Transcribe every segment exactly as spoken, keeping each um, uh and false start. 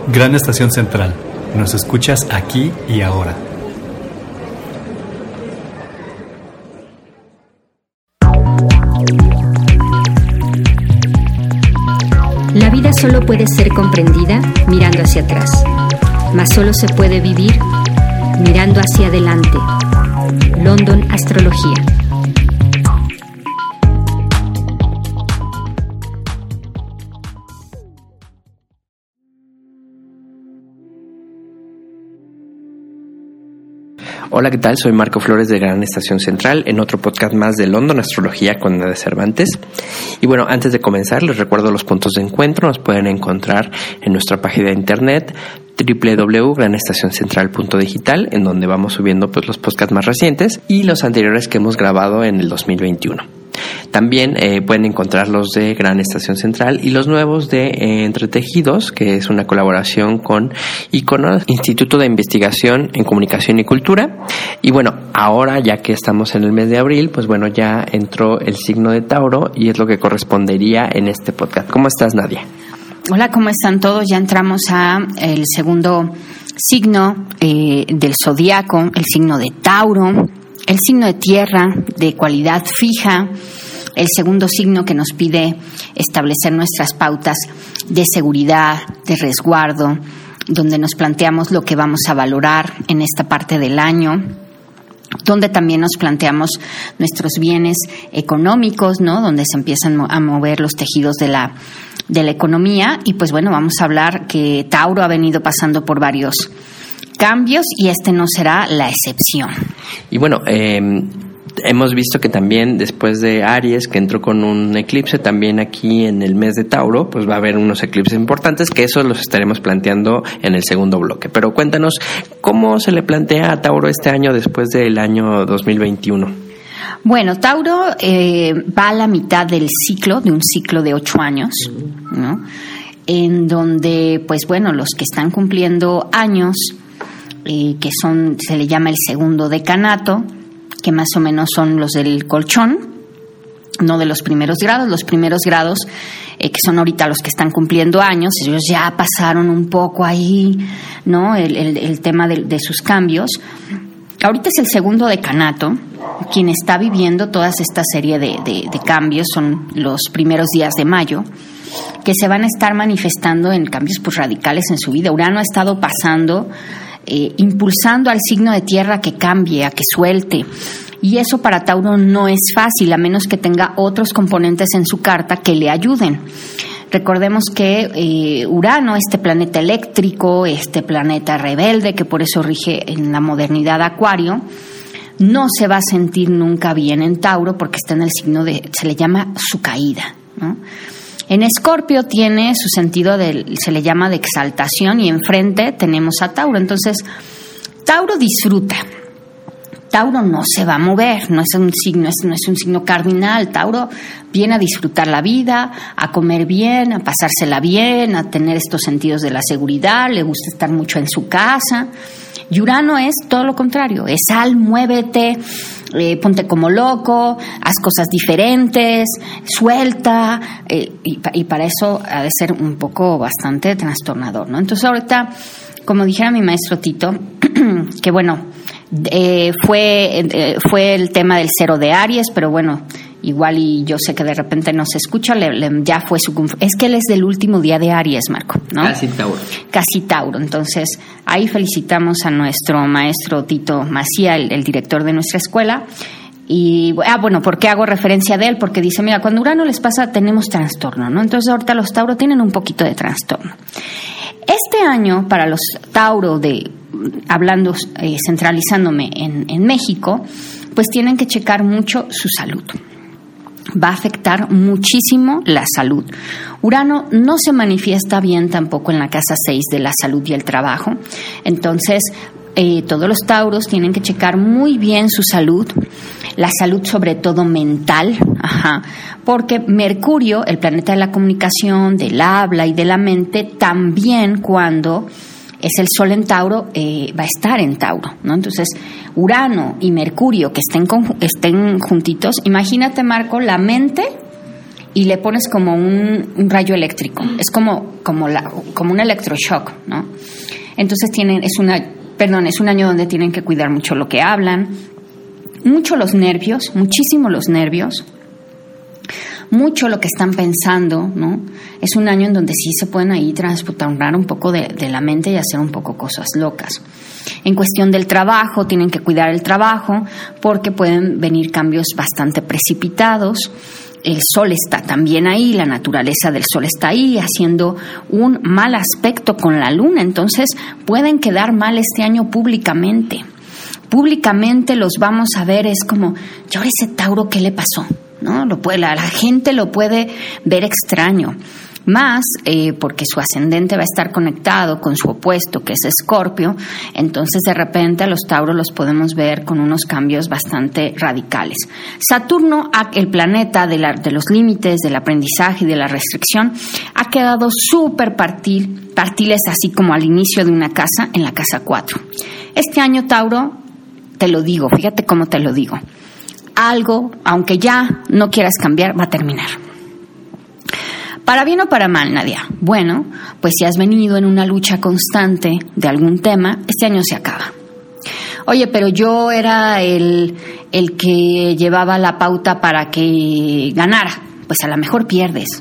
Gran Estación Central. Nos escuchas aquí y ahora. La vida solo puede ser comprendida mirando hacia atrás, mas solo se puede vivir mirando hacia adelante. London Astrología. Hola, ¿qué tal? Soy Marco Flores de Gran Estación Central en otro podcast más de London Astrología con Nadia Cervantes. Y bueno, antes de comenzar les recuerdo los puntos de encuentro. Nos pueden encontrar en nuestra página de internet doble u doble u doble u punto gran estación central punto digital, en donde vamos subiendo pues los podcasts más recientes y los anteriores que hemos grabado en el dos mil veintiuno. También eh, pueden encontrar los de Gran Estación Central y los nuevos de eh, Entretejidos, que es una colaboración con Iconos, Instituto de Investigación en Comunicación y Cultura. Y bueno, ahora ya que estamos en el mes de abril, pues bueno, ya entró el signo de Tauro y es lo que correspondería en este podcast. ¿Cómo estás, Nadia? Hola, ¿cómo están todos? Ya entramos a el segundo signo eh, del zodiaco, el signo de Tauro, el signo de tierra de cualidad fija, el segundo signo que nos pide establecer nuestras pautas de seguridad, de resguardo, donde nos planteamos lo que vamos a valorar en esta parte del año, donde también nos planteamos nuestros bienes económicos, ¿no? Donde se empiezan a mover los tejidos de la de la economía. Y pues bueno, vamos a hablar que Tauro ha venido pasando por varios cambios y este no será la excepción. Y bueno, eh, hemos visto que también después de Aries, que entró con un eclipse, también aquí en el mes de Tauro, pues va a haber unos eclipses importantes, que esos los estaremos planteando en el segundo bloque. Pero cuéntanos, ¿cómo se le plantea a Tauro este año después del año dos mil veintiuno? Bueno, Tauro eh, va a la mitad del ciclo, de un ciclo de ocho años, ¿no? En donde, pues bueno, los que están cumpliendo años, eh, que son, se le llama el segundo decanato, que más o menos son los del colchón, no de los primeros grados. Los primeros grados, eh, que son ahorita los que están cumpliendo años, ellos ya pasaron un poco ahí, ¿no? El, el, el tema de, de sus cambios. Ahorita es el segundo decanato, quien está viviendo toda esta serie de, de, de cambios, son los primeros días de mayo, que se van a estar manifestando en cambios pues radicales en su vida. Urano ha estado pasando, eh, impulsando al signo de tierra a que cambie, a que suelte. Y eso para Tauro no es fácil, a menos que tenga otros componentes en su carta que le ayuden. Recordemos que eh, Urano, este planeta eléctrico, este planeta rebelde, que por eso rige en la modernidad Acuario, no se va a sentir nunca bien en Tauro porque está en el signo de, se le llama su caída, ¿no? En Escorpio tiene su sentido de, se le llama de exaltación, y enfrente tenemos a Tauro. Entonces, Tauro disfruta. Tauro no se va a mover, no es un signo, no es un signo cardinal. Tauro viene a disfrutar la vida, a comer bien, a pasársela bien, a tener estos sentidos de la seguridad, le gusta estar mucho en su casa. Y Urano es todo lo contrario, es sal, muévete, eh, ponte como loco, haz cosas diferentes, suelta, eh, y, y para eso ha de ser un poco bastante trastornador, ¿no? Entonces ahorita, como dijera mi maestro Tito, que bueno, eh, fue, eh, fue el tema del cero de Aries, pero bueno, igual y yo sé que de repente no se escucha, le, le, ya fue su... Es que él es del último día de Aries, Marco, ¿no? Casi Tauro. Casi Tauro. Entonces, ahí felicitamos a nuestro maestro Tito Macía, el, el director de nuestra escuela. Y, ah, bueno, ¿por qué hago referencia de él? Porque dice, mira, cuando Urano les pasa, tenemos trastorno, ¿no? Entonces, ahorita los Tauro tienen un poquito de trastorno. Este año, para los Tauro, de hablando, eh, centralizándome en, en México, pues tienen que checar mucho su salud. Va a afectar muchísimo la salud. Urano no se manifiesta bien tampoco en la casa seis de la salud y el trabajo. Entonces, eh, todos los Tauros tienen que checar muy bien su salud, la salud sobre todo mental, ajá, porque Mercurio, el planeta de la comunicación, del habla y de la mente, también cuando es el Sol en Tauro, eh, va a estar en Tauro, ¿no? Entonces, Urano y Mercurio que estén, con, estén juntitos, imagínate, Marco, la mente y le pones como un, un rayo eléctrico. Es como, como, la, como un electroshock, ¿no? Entonces tienen, es una, perdón, es un año donde tienen que cuidar mucho lo que hablan, mucho los nervios, muchísimo los nervios, mucho lo que están pensando, ¿no? Es un año en donde sí se pueden ahí transportar un poco de, de la mente y hacer un poco cosas locas. En cuestión del trabajo, tienen que cuidar el trabajo porque pueden venir cambios bastante precipitados. El sol está también ahí, la naturaleza del sol está ahí, haciendo un mal aspecto con la luna. Entonces pueden quedar mal este año públicamente. Públicamente los vamos a ver, es como, ¿y ahora ese Tauro qué le pasó? ¿No? Lo puede, la, la gente lo puede ver extraño. Más eh, porque su ascendente va a estar conectado con su opuesto, que es Escorpio. Entonces, de repente, a los Tauros los podemos ver con unos cambios bastante radicales. Saturno, el planeta de, la, de los límites, del aprendizaje y de la restricción, ha quedado súper partil, partiles, así como al inicio de una casa, en la casa cuatro. Este año, Tauro, te lo digo, fíjate cómo te lo digo. Algo, aunque ya no quieras cambiar, va a terminar. Para bien o para mal, Nadia. Bueno, pues si has venido en una lucha constante de algún tema, este año se acaba. Oye, pero yo era el, el que llevaba la pauta para que ganara. Pues a lo mejor pierdes.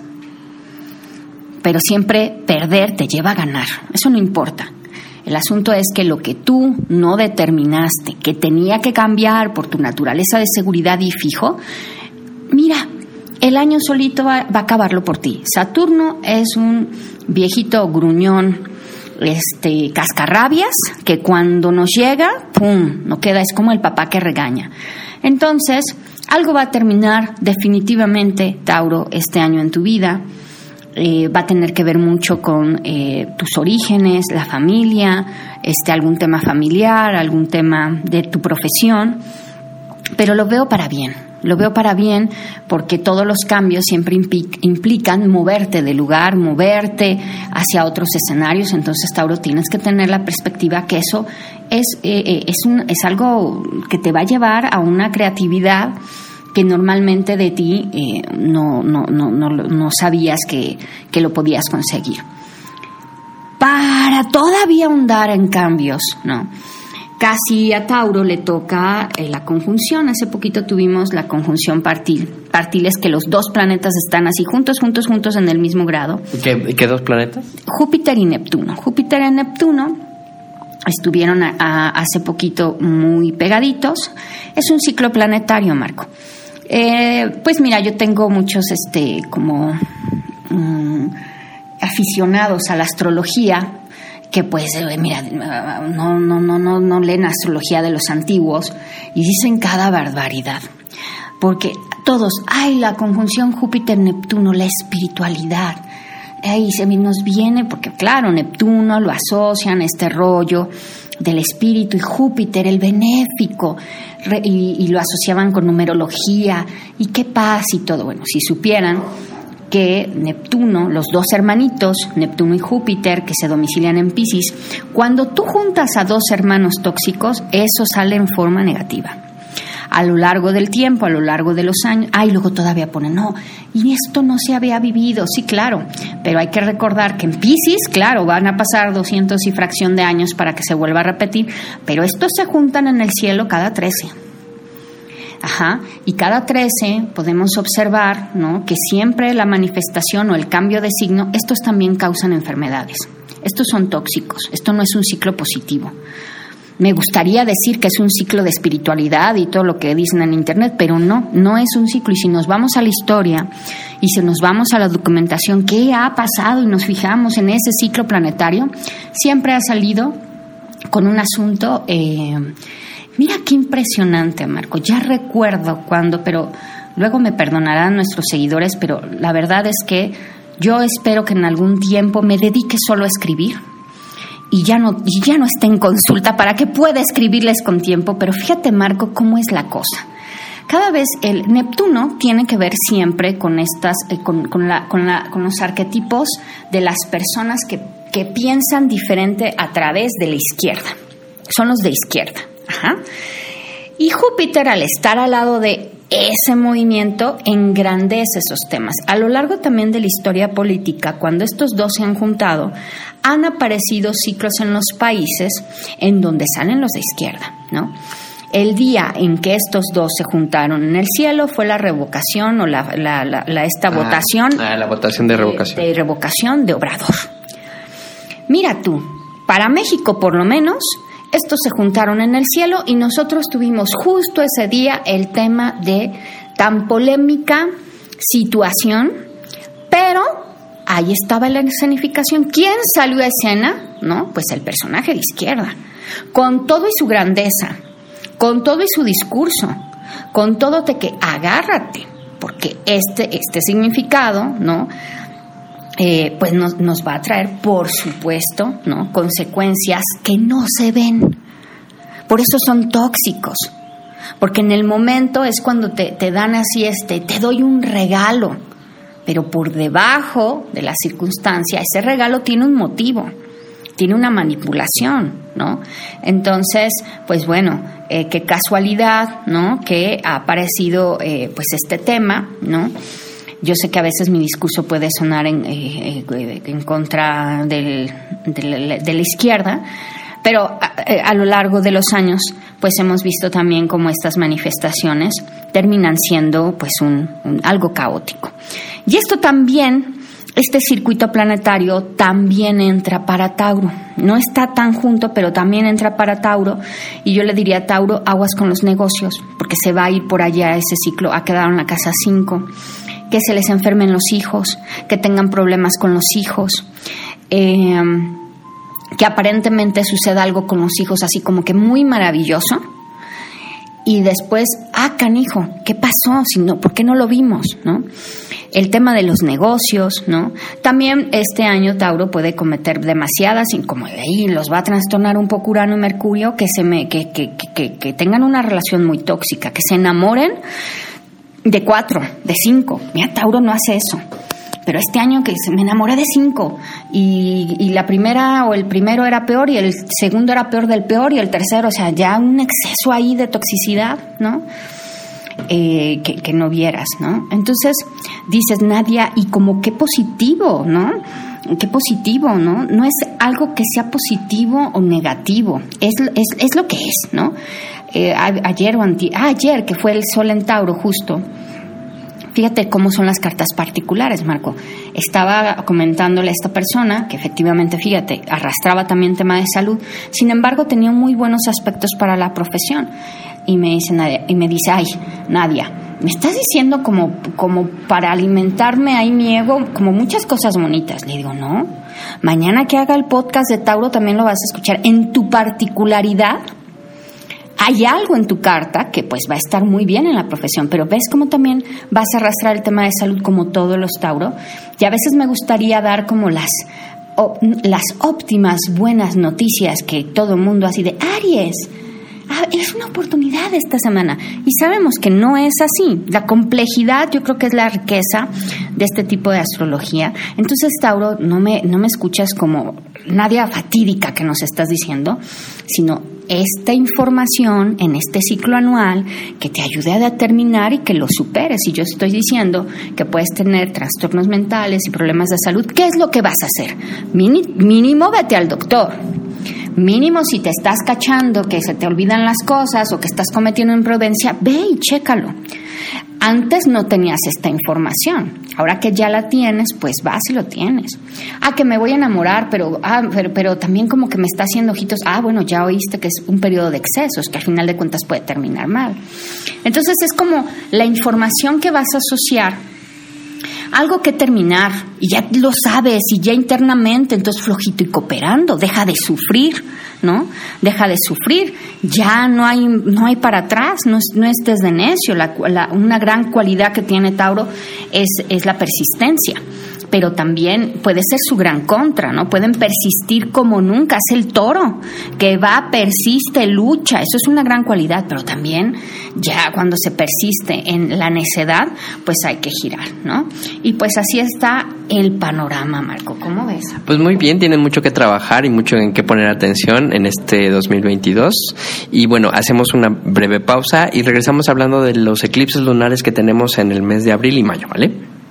Pero siempre perder te lleva a ganar. Eso no importa. El asunto es que lo que tú no determinaste, que tenía que cambiar por tu naturaleza de seguridad y fijo, mira, el año solito va, va a acabarlo por ti. Saturno es un viejito gruñón, este, cascarrabias, que cuando nos llega, ¡pum!, no queda, es como el papá que regaña. Entonces, algo va a terminar definitivamente, Tauro, este año en tu vida. Eh, va a tener que ver mucho con eh, tus orígenes, la familia, este, algún tema familiar, algún tema de tu profesión, pero lo veo para bien, lo veo para bien porque todos los cambios siempre implic- implican moverte de lugar, moverte hacia otros escenarios. Entonces, Tauro, tienes que tener la perspectiva que eso es, eh, es, un, es algo que te va a llevar a una creatividad que normalmente de ti eh, no, no, no, no, no sabías que, que lo podías conseguir. Para todavía ahondar en cambios, ¿no? Casi a Tauro le toca eh, la conjunción. Hace poquito tuvimos la conjunción partil. Partil es que los dos planetas están así juntos, juntos, juntos en el mismo grado. ¿Qué, qué dos planetas? Júpiter y Neptuno. Júpiter y Neptuno estuvieron a, a, hace poquito muy pegaditos. Es un ciclo planetario, Marco. Eh, pues mira, yo tengo muchos este como um, aficionados a la astrología que pues eh, mira no no no no no leen astrología de los antiguos y dicen cada barbaridad porque todos ay la conjunción Júpiter-Neptuno, la espiritualidad, ahí se nos viene porque claro Neptuno lo asocian a este rollo del espíritu y Júpiter el benéfico y, y lo asociaban con numerología y qué paz y todo. Bueno, si supieran que Neptuno, los dos hermanitos, Neptuno y Júpiter, que se domicilian en Piscis, cuando tú juntas a dos hermanos tóxicos, eso sale en forma negativa. A lo largo del tiempo, a lo largo de los años, ay, luego todavía ponen, no, y esto no se había vivido, sí, claro, pero hay que recordar que en Piscis, claro, van a pasar doscientos y fracción de años para que se vuelva a repetir, pero estos se juntan en el cielo cada trece. Ajá, y cada trece podemos observar, ¿no?, que siempre la manifestación o el cambio de signo, estos también causan enfermedades. Estos son tóxicos, esto no es un ciclo positivo. Me gustaría decir que es un ciclo de espiritualidad y todo lo que dicen en internet, pero no, no es un ciclo. Y si nos vamos a la historia y si nos vamos a la documentación, ¿qué ha pasado? Y nos fijamos en ese ciclo planetario, siempre ha salido con un asunto, eh, mira qué impresionante, Marco. Ya recuerdo cuando, pero luego me perdonarán nuestros seguidores, pero la verdad es que yo espero que en algún tiempo me dedique solo a escribir. Y ya no, y ya no esté en consulta para que pueda escribirles con tiempo. Pero fíjate, Marco, cómo es la cosa. Cada vez el Neptuno tiene que ver siempre con estas, eh, con, con, la, con, la, con los arquetipos de las personas que, que piensan diferente a través de la izquierda. Son los de izquierda. Ajá. Y Júpiter, al estar al lado de ese movimiento engrandece esos temas. A lo largo también de la historia política, cuando estos dos se han juntado, han aparecido ciclos en los países en donde salen los de izquierda, ¿no? El día en que estos dos se juntaron en el cielo fue la revocación o la, la, la, la esta ah, votación. Ah, la votación de revocación. De, de revocación de Obrador. Mira tú, para México por lo menos, estos se juntaron en el cielo y nosotros tuvimos justo ese día el tema de tan polémica situación, pero ahí estaba la escenificación. ¿Quién salió a escena? ¿No? Pues el personaje de izquierda, con todo y su grandeza, con todo y su discurso, con todo de que agárrate, porque este, este significado, ¿no? Eh, pues nos, nos va a traer, por supuesto, ¿no? Consecuencias que no se ven. Por eso son tóxicos, porque en el momento es cuando te, te dan así, este, te doy un regalo, pero por debajo de la circunstancia, ese regalo tiene un motivo, tiene una manipulación, ¿no? Entonces, pues bueno, eh, qué casualidad, ¿no? Que ha aparecido, eh, pues este tema, ¿no? Yo sé que a veces mi discurso puede sonar en, eh, eh, en contra del, de, la, de la izquierda, pero a, a lo largo de los años pues hemos visto también cómo estas manifestaciones terminan siendo pues un, un algo caótico. Y esto también, este circuito planetario también entra para Tauro. No está tan junto, pero también entra para Tauro. Y yo le diría a Tauro, aguas con los negocios, porque se va a ir por allá ese ciclo, ha quedado en la casa cinco. Que se les enfermen los hijos, que tengan problemas con los hijos, eh, que aparentemente suceda algo con los hijos así como que muy maravilloso y después, ah, canijo, ¿qué pasó? Si no, ¿por qué no lo vimos? ¿No? El tema de los negocios, ¿no? También este año Tauro puede cometer demasiadas, y como de ahí los va a trastornar un poco Urano y Mercurio, que, se me, que, que, que, que, que tengan una relación muy tóxica, que se enamoren de cuatro, de cinco. Mira, Tauro no hace eso. Pero este año que me enamoré de cinco y, y la primera o el primero era peor y el segundo era peor del peor y el tercero, o sea, ya un exceso ahí de toxicidad, ¿no? Eh, que, que no vieras, ¿no? Entonces dices, Nadia, y como qué positivo, ¿no? Qué positivo, ¿no? No es algo que sea positivo o negativo, es, es, es lo que es, ¿no? Eh, ayer o anti, ah, ayer que fue el Sol en Tauro justo. Fíjate cómo son las cartas particulares, Marco. Estaba comentándole a esta persona que efectivamente, fíjate, arrastraba también tema de salud, sin embargo tenía muy buenos aspectos para la profesión. Y me dice, Nadia, y me dice, ay, Nadia, me estás diciendo como, como para alimentarme ahí mi ego, como muchas cosas bonitas. Le digo, no, mañana que haga el podcast de Tauro también lo vas a escuchar. En tu particularidad hay algo en tu carta que pues va a estar muy bien en la profesión, pero ves cómo también vas a arrastrar el tema de salud como todos los Tauro. Y a veces me gustaría dar como las, o, las óptimas buenas noticias que todo el mundo así de Aries. Ah, es una oportunidad esta semana. Y sabemos que no es así. La complejidad yo creo que es la riqueza de este tipo de astrología. Entonces, Tauro, no me, no me escuchas como Nadia fatídica que nos estás diciendo, sino esta información en este ciclo anual que te ayude a determinar y que lo superes. Y yo estoy diciendo que puedes tener trastornos mentales y problemas de salud. ¿Qué es lo que vas a hacer? Mínimo vete al doctor. Mínimo, si te estás cachando que se te olvidan las cosas o que estás cometiendo imprudencia, ve y chécalo. Antes no tenías esta información. Ahora que ya la tienes, pues vas y lo tienes. Ah, que me voy a enamorar, pero, ah, pero, pero también como que me está haciendo ojitos. Ah, bueno, ya oíste que es un periodo de excesos, que al final de cuentas puede terminar mal. Entonces es como la información que vas a asociar algo que terminar, y ya lo sabes, y ya internamente, entonces flojito y cooperando, deja de sufrir, ¿no? Deja de sufrir, ya no hay, no hay para atrás, no, no estés de necio. La, la, una gran cualidad que tiene Tauro es, es la persistencia, pero también puede ser su gran contra, ¿no? Pueden persistir como nunca, es el Toro, que va, persiste, lucha, eso es una gran cualidad, pero también ya cuando se persiste en la necedad, pues hay que girar, ¿no? Y pues así está el panorama, Marco. ¿Cómo ves? Pues muy bien, tienen mucho que trabajar y mucho en qué poner atención en este dos mil veintidós. Y bueno, hacemos una breve pausa y regresamos hablando de los eclipses lunares que tenemos en el mes de abril y mayo, ¿vale?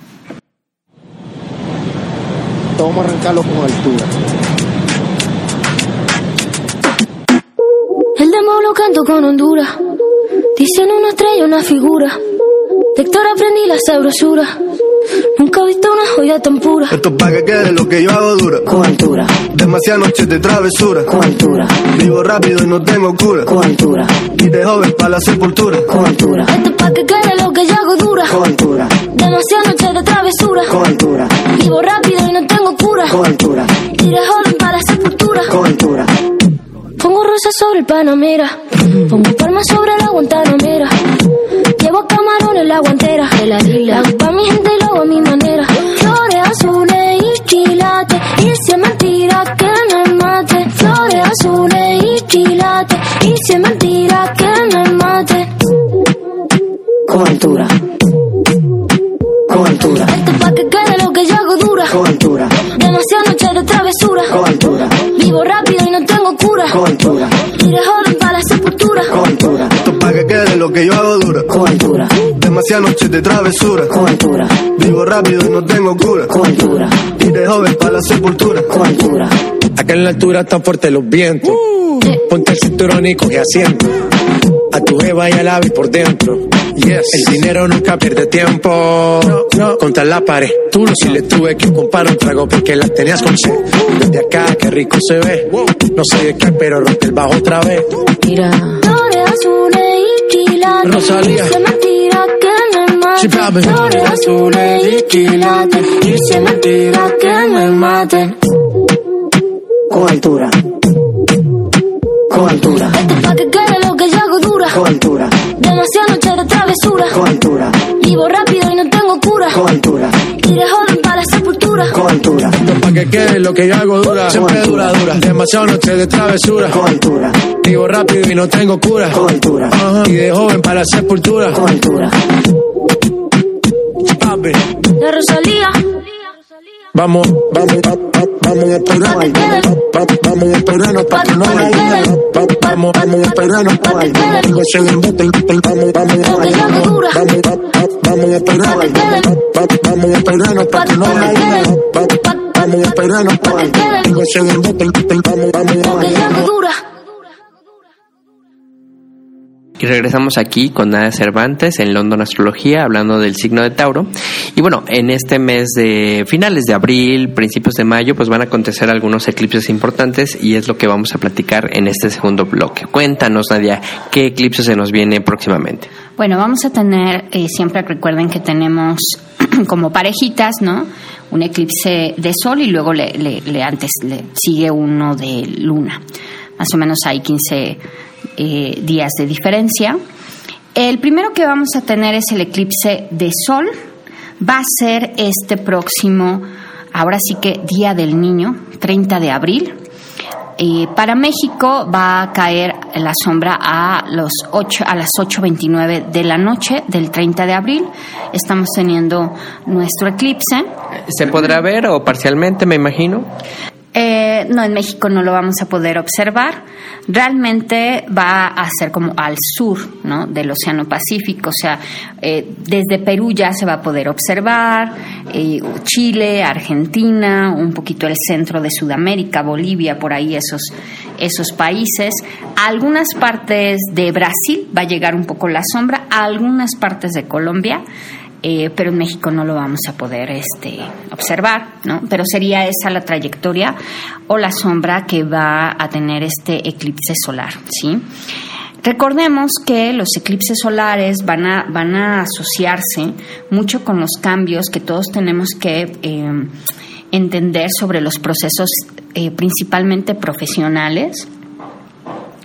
Vamos a arrancarlo con altura. El demo lo canto con Honduras. Dicen una estrella, una figura. De Héctor aprendí la sabrosura. Nunca he visto una joya tan pura. Esto es pa' que quede lo que yo hago dura. Con altura. Demasiadas noches de travesura. Con altura. Vivo rápido y no tengo cura. Con altura. Y de joven pa' la sepultura. Con altura. Esto es pa' que quede lo que yo hago dura. Con altura. Demasiadas noches de travesura. Con altura. Vivo rápido y no tengo cura. Con altura. Y de joven pa' la sepultura. Con altura. Pongo rosas sobre el Panamera. Pongo palmas sobre la Guantanamera. Llevo camarones en la guantera. De la isla. Hago pa' mi gente y lo hago a mi manera. Flores azules y quilates. Y si es mentira que me mate. Flores azules y quilates. Y si es mentira que me mate. Con altura. Con altura. Esto es pa' que quede lo que yo hago dura. Con altura. Demasiadas noches de travesura. Con altura. Vivo rápido y no tengo cura. Con altura. Y de joven pa' la sepultura. Con altura. Esto es pa' que quede lo que yo hago dura. Con altura. Demasiadas noches de travesura. Con altura. Vivo rápido y no tengo cura. Con altura. Y de joven pa' la sepultura. Con altura. Acá en la altura están fuertes los vientos. Uh. Ponte el cinturón y coge asiento. A tu jeva y al ave por dentro. Yes. El dinero nunca pierde tiempo. No, no. Contra la pared. Tú no si le tuve que comprar un trago porque las tenías con sed. Desde acá, qué rico se ve. No sé de qué, pero rompe el bajo otra vez. Mira. Flores azules y quilates. Rosalía. Y si es mentira que me mate. Flores azules y quilates. Y si es mentira que me mate. Con altura. Con altura. Esto es pa' que quede lo que yo hago dura. Con altura. Demasiadas noches de travesura. Con altura. Vivo rápido y no tengo cura. Con altura. Y de joven pa' la sepultura. Con altura. Esto es pa' que quede lo que yo hago dura. Siempre dura, dura. Demasiadas noches de travesura. Con altura. Vivo rápido y no tengo cura. Con altura. Uh-huh. Y de joven para la sepultura. Con altura. Papi. La Rosalía. Vamos, vamos, vamos, vamos a esperar. Vamos a esperarnos para que no vaya. Vamos, vamos a esperarnos para que no vaya. Vamos, vamos, vamos, vamos a esperar. Vamos a esperarnos para que no vaya. Vamos a esperarnos para que no vaya. Y regresamos aquí con Nadia Cervantes en London Astrología, hablando del signo de Tauro. Y bueno, en este mes de finales de abril, principios de mayo, pues van a acontecer algunos eclipses importantes y es lo que vamos a platicar en este segundo bloque. Cuéntanos, Nadia, ¿qué eclipse se nos viene próximamente? Bueno, vamos a tener, eh, siempre recuerden que tenemos como parejitas, ¿no? Un eclipse de sol y luego le, le, le antes le sigue uno de luna. Más o menos hay quince Eh, días de diferencia. El primero que vamos a tener es el eclipse de sol. Va a ser este próximo, ahora sí que Día del Niño, treinta de abril. Eh, para México va a caer la sombra a, los ocho, a las ocho veintinueve de la noche del treinta de abril. Estamos teniendo nuestro eclipse. ¿Se podrá ver o parcialmente, me imagino? Eh, no, en México no lo vamos a poder observar. Realmente va a ser como al sur, ¿no?, del Océano Pacífico. O sea, eh, desde Perú ya se va a poder observar, eh, Chile, Argentina, un poquito el centro de Sudamérica, Bolivia, por ahí esos, esos países. A algunas partes de Brasil va a llegar un poco la sombra, a algunas partes de Colombia. Eh, pero en México no lo vamos a poder este, observar, ¿no? Pero sería esa la trayectoria o la sombra que va a tener este eclipse solar, ¿sí? Recordemos que los eclipses solares van a, van a asociarse mucho con los cambios que todos tenemos que eh, entender sobre los procesos eh, principalmente profesionales,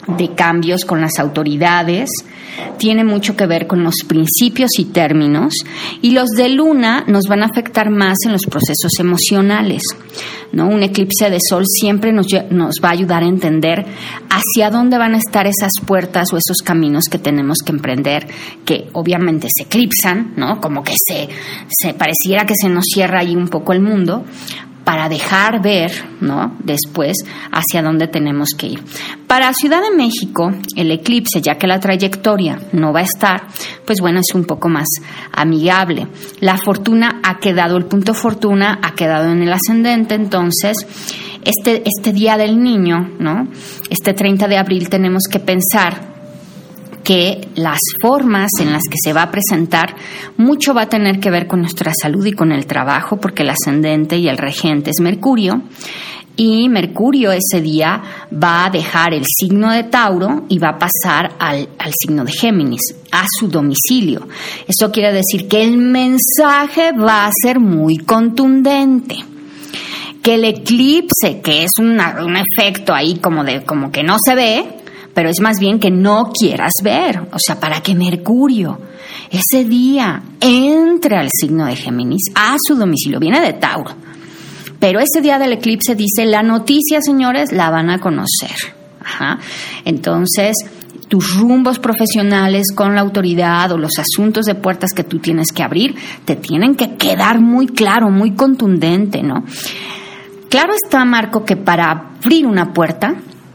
de cambios con las autoridades, tiene mucho que ver con los principios y términos, y los de luna nos van a afectar más en los procesos emocionales, ¿no? Un eclipse de sol siempre nos, nos va a ayudar a entender hacia dónde van a estar esas puertas o esos caminos que tenemos que emprender, que obviamente se eclipsan, ¿no? Como que se, se pareciera que se nos cierra ahí un poco el mundo, para dejar ver, ¿no?, después hacia dónde tenemos que ir. Para Ciudad de México, el eclipse, ya que la trayectoria no va a estar, pues bueno, es un poco más amigable. La fortuna ha quedado, el punto fortuna ha quedado en el ascendente, entonces este, este día del niño, ¿no?, este treinta de abril tenemos que pensar que las formas en las que se va a presentar mucho va a tener que ver con nuestra salud y con el trabajo, porque el ascendente y el regente es Mercurio, y Mercurio ese día va a dejar el signo de Tauro y va a pasar al, al signo de Géminis, a su domicilio. Eso quiere decir que el mensaje va a ser muy contundente, que el eclipse, que es una, un efecto ahí como de como que no se ve, pero es más bien que no quieras ver, o sea, para que Mercurio ese día entre al signo de Géminis, a su domicilio, viene de Tauro, pero ese día del eclipse dice, la noticia, señores, la van a conocer. Ajá. Entonces, tus rumbos profesionales con la autoridad o los asuntos de puertas que tú tienes que abrir, te tienen que quedar muy claro, muy contundente, ¿no? Claro está, Marco, que para abrir una puerta,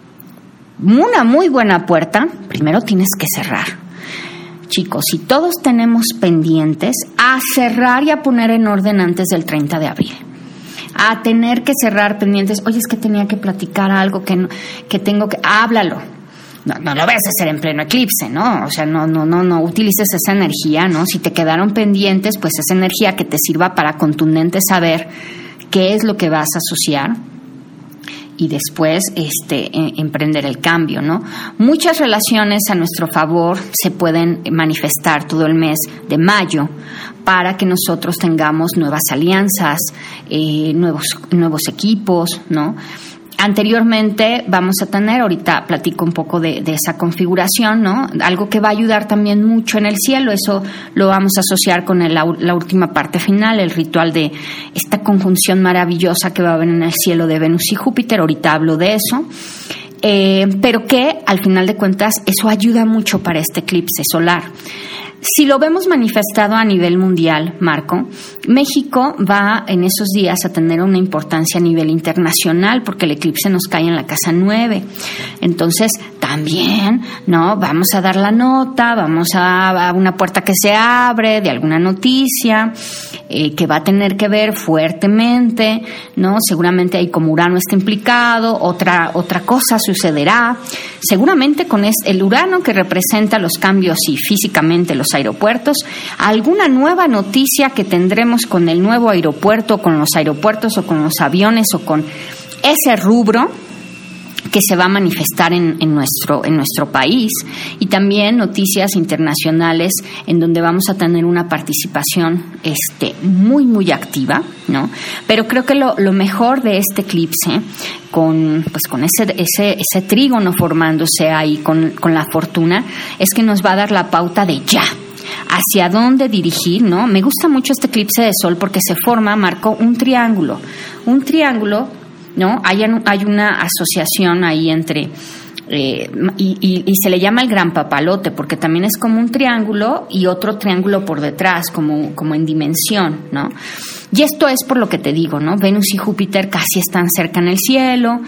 una muy buena puerta, primero tienes que cerrar. Chicos, si todos tenemos pendientes, a cerrar y a poner en orden antes del treinta de abril. A tener que cerrar pendientes. Oye, es que tenía que platicar algo que, no, que tengo que... Háblalo. No, no lo vayas a hacer en pleno eclipse, ¿no? O sea, no, no, no, no utilices esa energía, ¿no? Si te quedaron pendientes, pues esa energía que te sirva para contundente saber qué es lo que vas a asociar y después este eh, emprender el cambio, ¿no? Muchas relaciones a nuestro favor se pueden manifestar todo el mes de mayo para que nosotros tengamos nuevas alianzas, eh, nuevos nuevos equipos, ¿no? Anteriormente vamos a tener, ahorita platico un poco de, de esa configuración, ¿no? Algo que va a ayudar también mucho en el cielo, eso lo vamos a asociar con el, la última parte final, el ritual de esta conjunción maravillosa que va a haber en el cielo de Venus y Júpiter, ahorita hablo de eso, eh, pero que al final de cuentas eso ayuda mucho para este eclipse solar. Si lo vemos manifestado a nivel mundial, Marco, México va en esos días a tener una importancia a nivel internacional porque el eclipse nos cae en la casa nueve. Entonces, también, ¿no? Vamos a dar la nota, vamos a, a una puerta que se abre de alguna noticia eh, que va a tener que ver fuertemente, ¿no? Seguramente ahí como Urano está implicado, otra, otra cosa sucederá. Seguramente con el Urano que representa los cambios y físicamente los aeropuertos, alguna nueva noticia que tendremos con el nuevo aeropuerto, con los aeropuertos o con los aviones o con ese rubro que se va a manifestar en, en nuestro en nuestro país, y también noticias internacionales en donde vamos a tener una participación este muy muy activa, ¿no? Pero creo que lo, lo mejor de este eclipse con pues con ese ese ese trígono formándose ahí con con la fortuna es que nos va a dar la pauta de ya hacia dónde dirigir, ¿no? Me gusta mucho este eclipse de sol porque se forma, Marco, un triángulo, un triángulo, ¿no? Hay, hay una asociación ahí entre, eh, y, y, y se le llama el gran papalote, porque también es como un triángulo y otro triángulo por detrás, como, como en dimensión, ¿no? Y esto es por lo que te digo, ¿no? Venus y Júpiter casi están cerca en el cielo,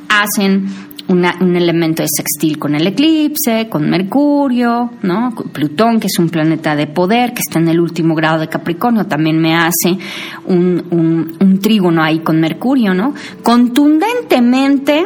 hacen Una, un elemento de sextil con el eclipse, con Mercurio, ¿no? Plutón, que es un planeta de poder, que está en el último grado de Capricornio, también me hace un, un, un trígono ahí con Mercurio, ¿no? Contundentemente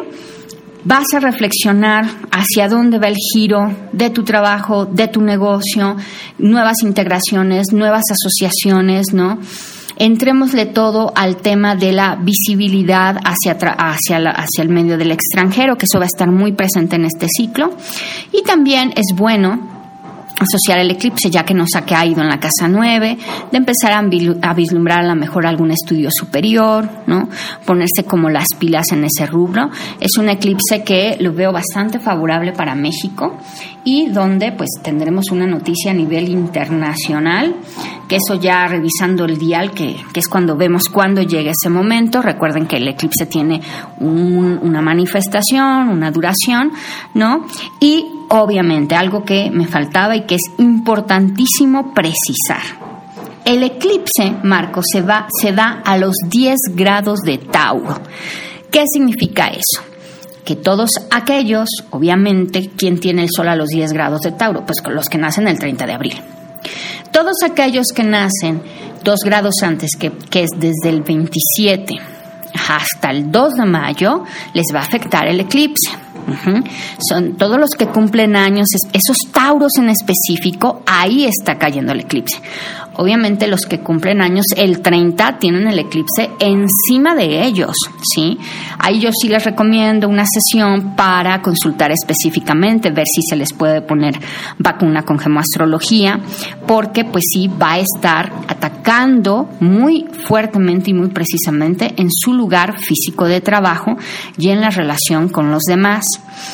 vas a reflexionar hacia dónde va el giro de tu trabajo, de tu negocio, nuevas integraciones, nuevas asociaciones, ¿no? Entrémosle todo al tema de la visibilidad hacia, hacia, la, hacia el medio del extranjero, que eso va a estar muy presente en este ciclo. Y también es bueno asociar el eclipse, ya que nos ha caído en la casa nueve, de empezar a, a vislumbrar a lo mejor algún estudio superior, ¿no? Ponerse como las pilas en ese rubro. Es un eclipse que lo veo bastante favorable para México y donde pues tendremos una noticia a nivel internacional, que eso ya revisando el dial, que, que es cuando vemos cuándo llega ese momento. Recuerden que el eclipse tiene un, una manifestación, una duración, ¿no? Y obviamente algo que me faltaba y que es importantísimo precisar. El eclipse, Marco, se, va, se da a los diez grados de Tauro. ¿Qué significa eso? Que todos aquellos, obviamente, ¿quién tiene el sol a los diez grados de Tauro? Pues los que nacen el treinta de abril. Todos aquellos que nacen dos grados antes, que, que es desde el veintisiete hasta el dos de mayo, les va a afectar el eclipse. Uh-huh. Son todos los que cumplen años, esos Tauros en específico, ahí está cayendo el eclipse. Obviamente los que cumplen años el treinta tienen el eclipse encima de ellos, ¿sí? Ahí yo sí les recomiendo una sesión para consultar específicamente, ver si se les puede poner vacuna con gemoastrología, porque pues sí va a estar atacando muy fuertemente y muy precisamente en su lugar físico de trabajo y en la relación con los demás.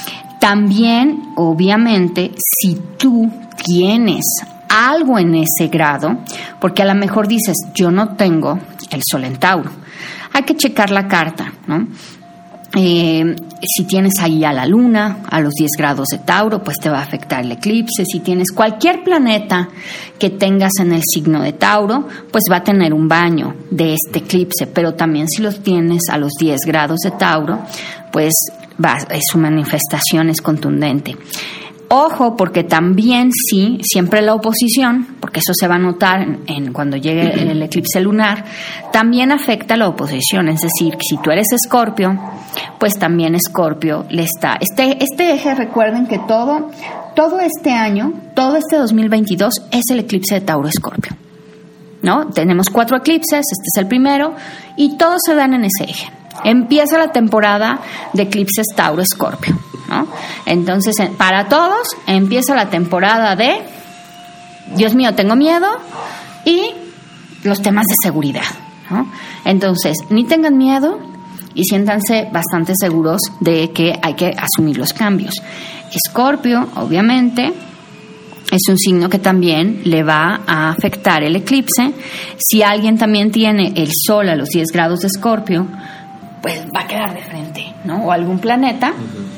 También, obviamente, si tú tienes algo en ese grado, porque a lo mejor dices, yo no tengo el sol en Tauro, hay que checar la carta, ¿no? Eh, si tienes ahí a la luna a los diez grados de Tauro, pues te va a afectar el eclipse. Si tienes cualquier planeta que tengas en el signo de Tauro, pues va a tener un baño de este eclipse. Pero también si los tienes a los diez grados de Tauro, pues va, su manifestación es contundente. Ojo, porque también sí, siempre la oposición, porque eso se va a notar en, en cuando llegue el, el eclipse lunar, también afecta la oposición. Es decir, si tú eres Escorpio, pues también Escorpio le está. Este, este eje, recuerden que todo, todo este año, todo este dos mil veintidós es el eclipse de Tauro-Escorpio, ¿no? Tenemos cuatro eclipses, este es el primero, y todos se dan en ese eje. Empieza la temporada de eclipses Tauro-Escorpio, ¿no? Entonces, para todos empieza la temporada de Dios mío, tengo miedo, y los temas de seguridad, ¿no? Entonces, ni tengan miedo y siéntanse bastante seguros de que hay que asumir los cambios. Escorpio, obviamente, es un signo que también le va a afectar el eclipse. Si alguien también tiene el sol a los diez grados de Escorpio, pues va a quedar de frente, ¿no? O algún planeta,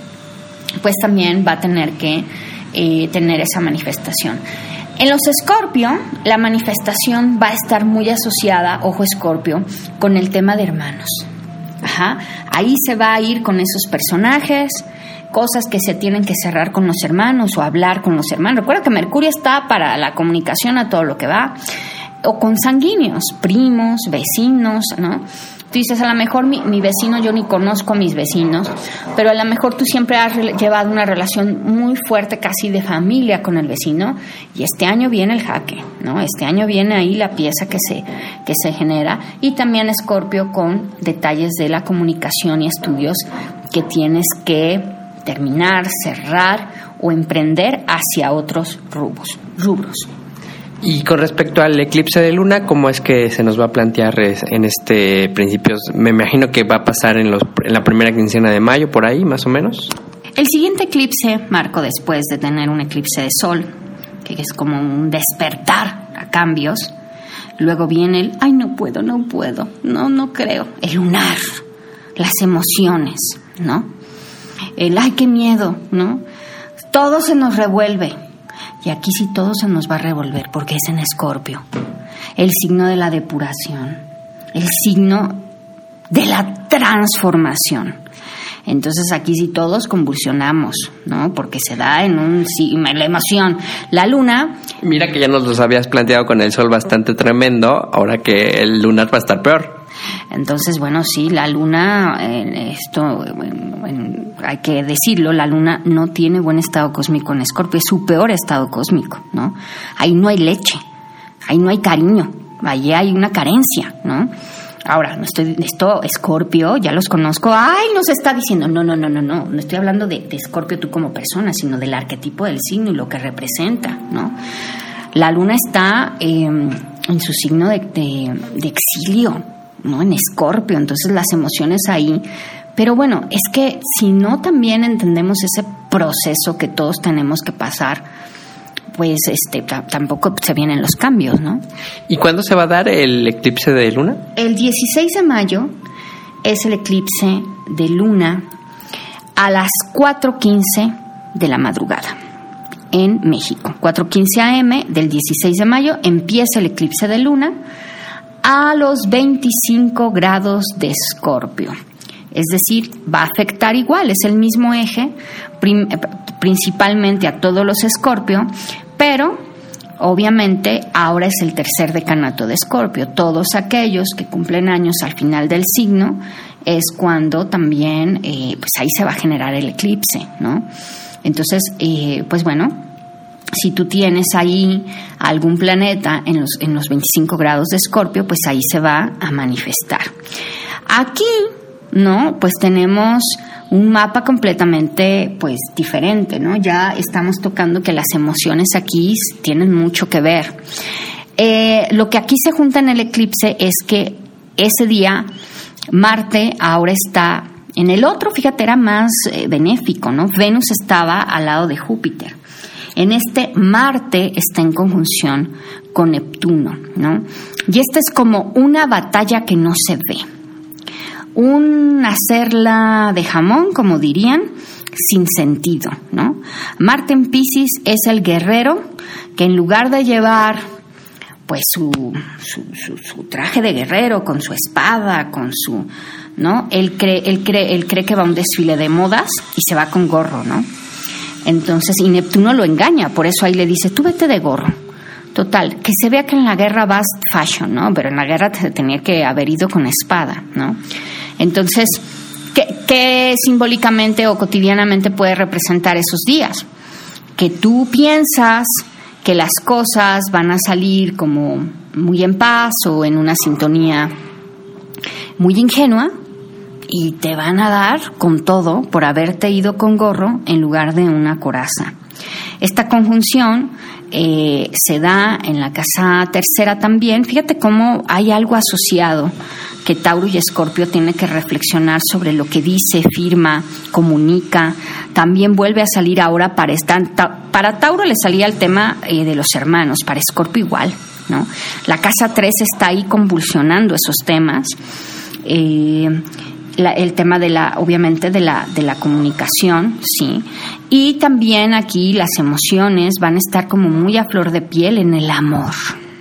pues también va a tener que eh, tener esa manifestación. En los Escorpio, la manifestación va a estar muy asociada, ojo Escorpio, con el tema de hermanos. Ajá. Ahí se va a ir con esos personajes, cosas que se tienen que cerrar con los hermanos o hablar con los hermanos. Recuerda que Mercurio está para la comunicación a todo lo que va. O con sanguíneos, primos, vecinos, ¿no? Tú dices, a lo mejor mi, mi vecino, yo ni conozco a mis vecinos, pero a lo mejor tú siempre has re- llevado una relación muy fuerte, casi de familia con el vecino, y este año viene el jaque, ¿no? Este año viene ahí la pieza que se, que se genera, y también Escorpio con detalles de la comunicación y estudios que tienes que terminar, cerrar o emprender hacia otros rubros. rubros. Y con respecto al eclipse de luna, ¿cómo es que se nos va a plantear en este principio? Me imagino que va a pasar en, los, en la primera quincena de mayo, por ahí, más o menos. El siguiente eclipse, Marco, después de tener un eclipse de sol, que es como un despertar a cambios, luego viene el, ay, no puedo, no puedo, no, no creo, el lunar, las emociones, ¿no? El, ay, qué miedo, ¿no? Todo se nos revuelve. Y aquí sí todo se nos va a revolver porque es en Escorpio, el signo de la depuración, el signo de la transformación. Entonces aquí sí todos convulsionamos, ¿no? Porque se da en un sí, la emoción. La luna... Mira que ya nos los habías planteado con el sol bastante tremendo, ahora que el lunar va a estar peor. Entonces, bueno, sí, la luna, eh, esto bueno, bueno, hay que decirlo, la luna no tiene buen estado cósmico en Escorpio, es su peor estado cósmico, ¿no? Ahí no hay leche, ahí no hay cariño, ahí hay una carencia, ¿no? Ahora, no estoy, esto, Escorpio, ya los conozco, ay, nos está diciendo, no, no, no, no, no, no estoy hablando de Escorpio tú como persona, sino del arquetipo del signo y lo que representa, ¿no? La luna está eh, en su signo de, de, de exilio, ¿no? En Escorpio, entonces las emociones ahí, pero bueno, es que si no también entendemos ese proceso que todos tenemos que pasar, pues este t- tampoco se vienen los cambios, ¿no? ¿Y cuándo se va a dar el eclipse de luna? El dieciséis de mayo es el eclipse de luna a las cuatro quince de la madrugada en México. cuatro quince a eme del dieciséis de mayo empieza el eclipse de luna a los veinticinco grados de Escorpio. Es decir, va a afectar igual, es el mismo eje, prim- principalmente a todos los Escorpio, pero obviamente ahora es el tercer decanato de Escorpio. Todos aquellos que cumplen años al final del signo es cuando también, eh, pues ahí se va a generar el eclipse, ¿no? Entonces, eh, pues bueno, si tú tienes ahí algún planeta en los, en los veinticinco grados de Escorpio, pues ahí se va a manifestar. Aquí, ¿no? Pues tenemos un mapa completamente, pues, diferente, ¿no? Ya estamos tocando que las emociones aquí tienen mucho que ver. Eh, lo que aquí se junta en el eclipse es que ese día Marte ahora está en el otro, fíjate, era más eh, benéfico, ¿no? Venus estaba al lado de Júpiter. En este, Marte está en conjunción con Neptuno, ¿no? Y esta es como una batalla que no se ve. Un hacerla de jamón, como dirían, sin sentido, ¿no? Marte en Piscis es el guerrero que en lugar de llevar pues su, su, su, su traje de guerrero con su espada, con su, ¿no? Él cree, él cree, él cree que va a un desfile de modas y se va con gorro, ¿no? Entonces, y Neptuno lo engaña, por eso ahí le dice, tú vete de gorro. Total, que se vea que en la guerra vas fashion, ¿no? Pero en la guerra te tenía que haber ido con espada, ¿no? Entonces, ¿qué, qué simbólicamente o cotidianamente puede representar esos días? Que tú piensas que las cosas van a salir como muy en paz o en una sintonía muy ingenua y te van a dar con todo por haberte ido con gorro en lugar de una coraza. Esta conjunción eh, se da en la casa tercera también. Fíjate cómo hay algo asociado que Tauro y Escorpio tienen que reflexionar sobre lo que dice, firma, comunica. También vuelve a salir ahora para estar, para Tauro le salía el tema eh, de los hermanos, para Escorpio igual, ¿no? La casa tres está ahí convulsionando esos temas. Eh, La, el tema de la, obviamente, de la, de la comunicación, sí. Y también aquí las emociones van a estar como muy a flor de piel en el amor.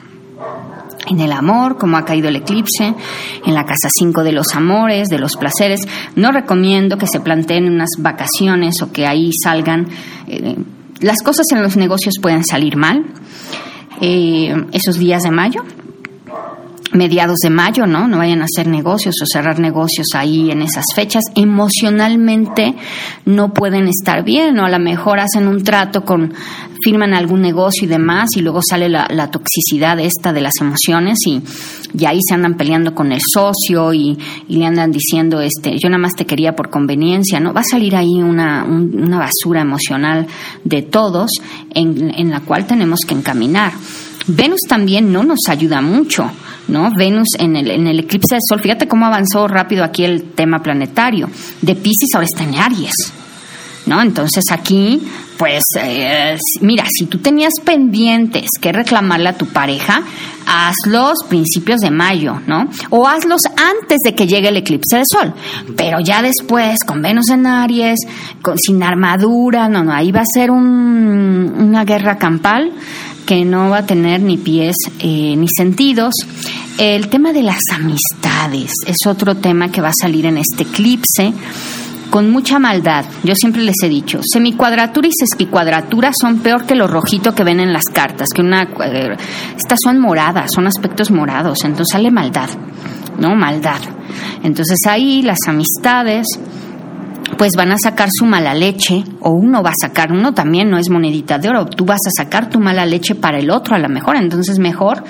En el amor, como ha caído el eclipse, en la casa cinco de los amores, de los placeres. No recomiendo que se planteen unas vacaciones o que ahí salgan. Eh, las cosas en los negocios pueden salir mal. Eh, esos días de mayo. Mediados de mayo, ¿no? No vayan a hacer negocios o cerrar negocios ahí en esas fechas. Emocionalmente no pueden estar bien, o a lo mejor hacen un trato con, firman algún negocio y demás, y luego sale la, la toxicidad esta de las emociones y, y ahí se andan peleando con el socio y, y le andan diciendo, este, yo nada más te quería por conveniencia, ¿no? Va a salir ahí una, un, una basura emocional de todos en, en la cual tenemos que encaminar. Venus también no nos ayuda mucho, ¿no? Venus en el, en el eclipse de Sol, fíjate cómo avanzó rápido aquí el tema planetario. De Piscis ahora está en Aries, ¿no? Entonces aquí, pues, eh, mira, si tú tenías pendientes que reclamarle a tu pareja, hazlos principios de mayo, ¿no? O hazlos antes de que llegue el eclipse de Sol. Pero ya después, con Venus en Aries, con, sin armadura, no, no, ahí va a ser un, una guerra campal que no va a tener ni pies eh, ni sentidos. El tema de las amistades es otro tema que va a salir en este eclipse con mucha maldad. Yo siempre les he dicho, semicuadratura y sesquicuadratura son peor que lo rojito que ven en las cartas, que una eh, estas son moradas, son aspectos morados, entonces sale maldad, ¿no? Maldad. Entonces ahí las amistades pues van a sacar su mala leche, o uno va a sacar, uno también no es monedita de oro, tú vas a sacar tu mala leche para el otro a lo mejor, entonces mejor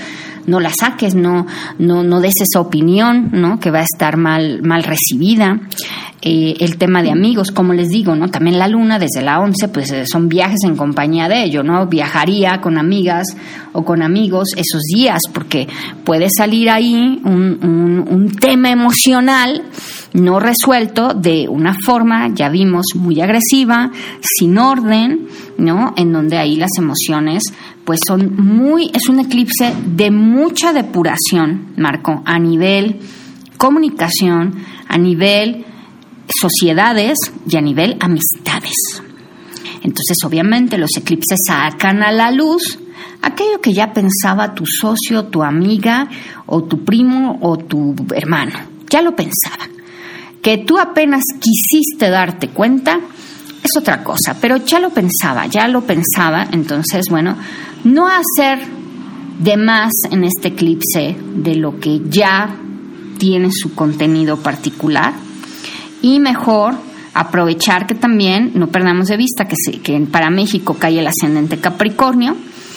no la saques, no, no, no des esa opinión, ¿no? Que va a estar mal, mal recibida. Eh, el tema de amigos, como les digo, ¿no? También la luna desde la once, pues eh, son viajes en compañía de ello, ¿no? Viajaría con amigas o con amigos esos días, porque puede salir ahí un, un, un tema emocional no resuelto de una forma, ya vimos, muy agresiva, sin orden, ¿no? En donde ahí las emociones, pues son muy, es un eclipse de mucha depuración, Marco, a nivel comunicación, a nivel sociedades y a nivel amistades. Entonces, obviamente, los eclipses sacan a la luz aquello que ya pensaba tu socio, tu amiga, o tu primo, o tu hermano. Ya lo pensaba. Que tú apenas quisiste darte cuenta es otra cosa, pero ya lo pensaba, ya lo pensaba. Entonces, bueno, no hacer de más en este eclipse de lo que ya tiene su contenido particular. Y mejor aprovechar que también no perdamos de vista que, se, que para México cae el ascendente Capricornio,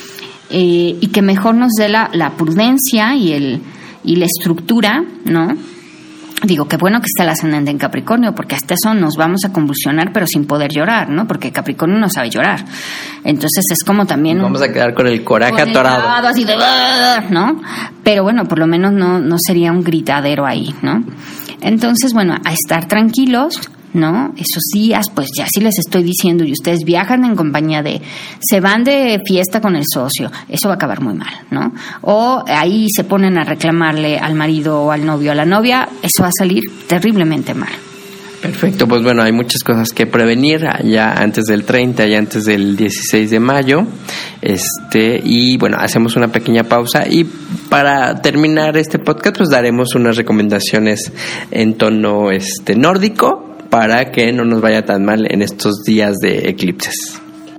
eh, y que mejor nos dé la, la prudencia y, el, y la estructura, ¿no? Digo, qué bueno que está el ascendente en Capricornio, porque hasta eso nos vamos a convulsionar, pero sin poder llorar, ¿no? Porque Capricornio no sabe llorar. Entonces es como también... Vamos un, a quedar con el coraje con atorado. El lado, así de, ¿no? Pero bueno, por lo menos no, no sería un gritadero ahí, ¿no? Entonces, bueno, a estar tranquilos, ¿no? Esos días, pues ya sí les estoy diciendo, y ustedes viajan en compañía de, se van de fiesta con el socio, eso va a acabar muy mal, ¿no? O ahí se ponen a reclamarle al marido o al novio o a la novia, eso va a salir terriblemente mal. Perfecto, pues bueno, hay muchas cosas que prevenir ya antes del treinta y antes del dieciséis de mayo. Este, y bueno, hacemos una pequeña pausa y para terminar este podcast pues daremos unas recomendaciones en tono este nórdico para que no nos vaya tan mal en estos días de eclipses.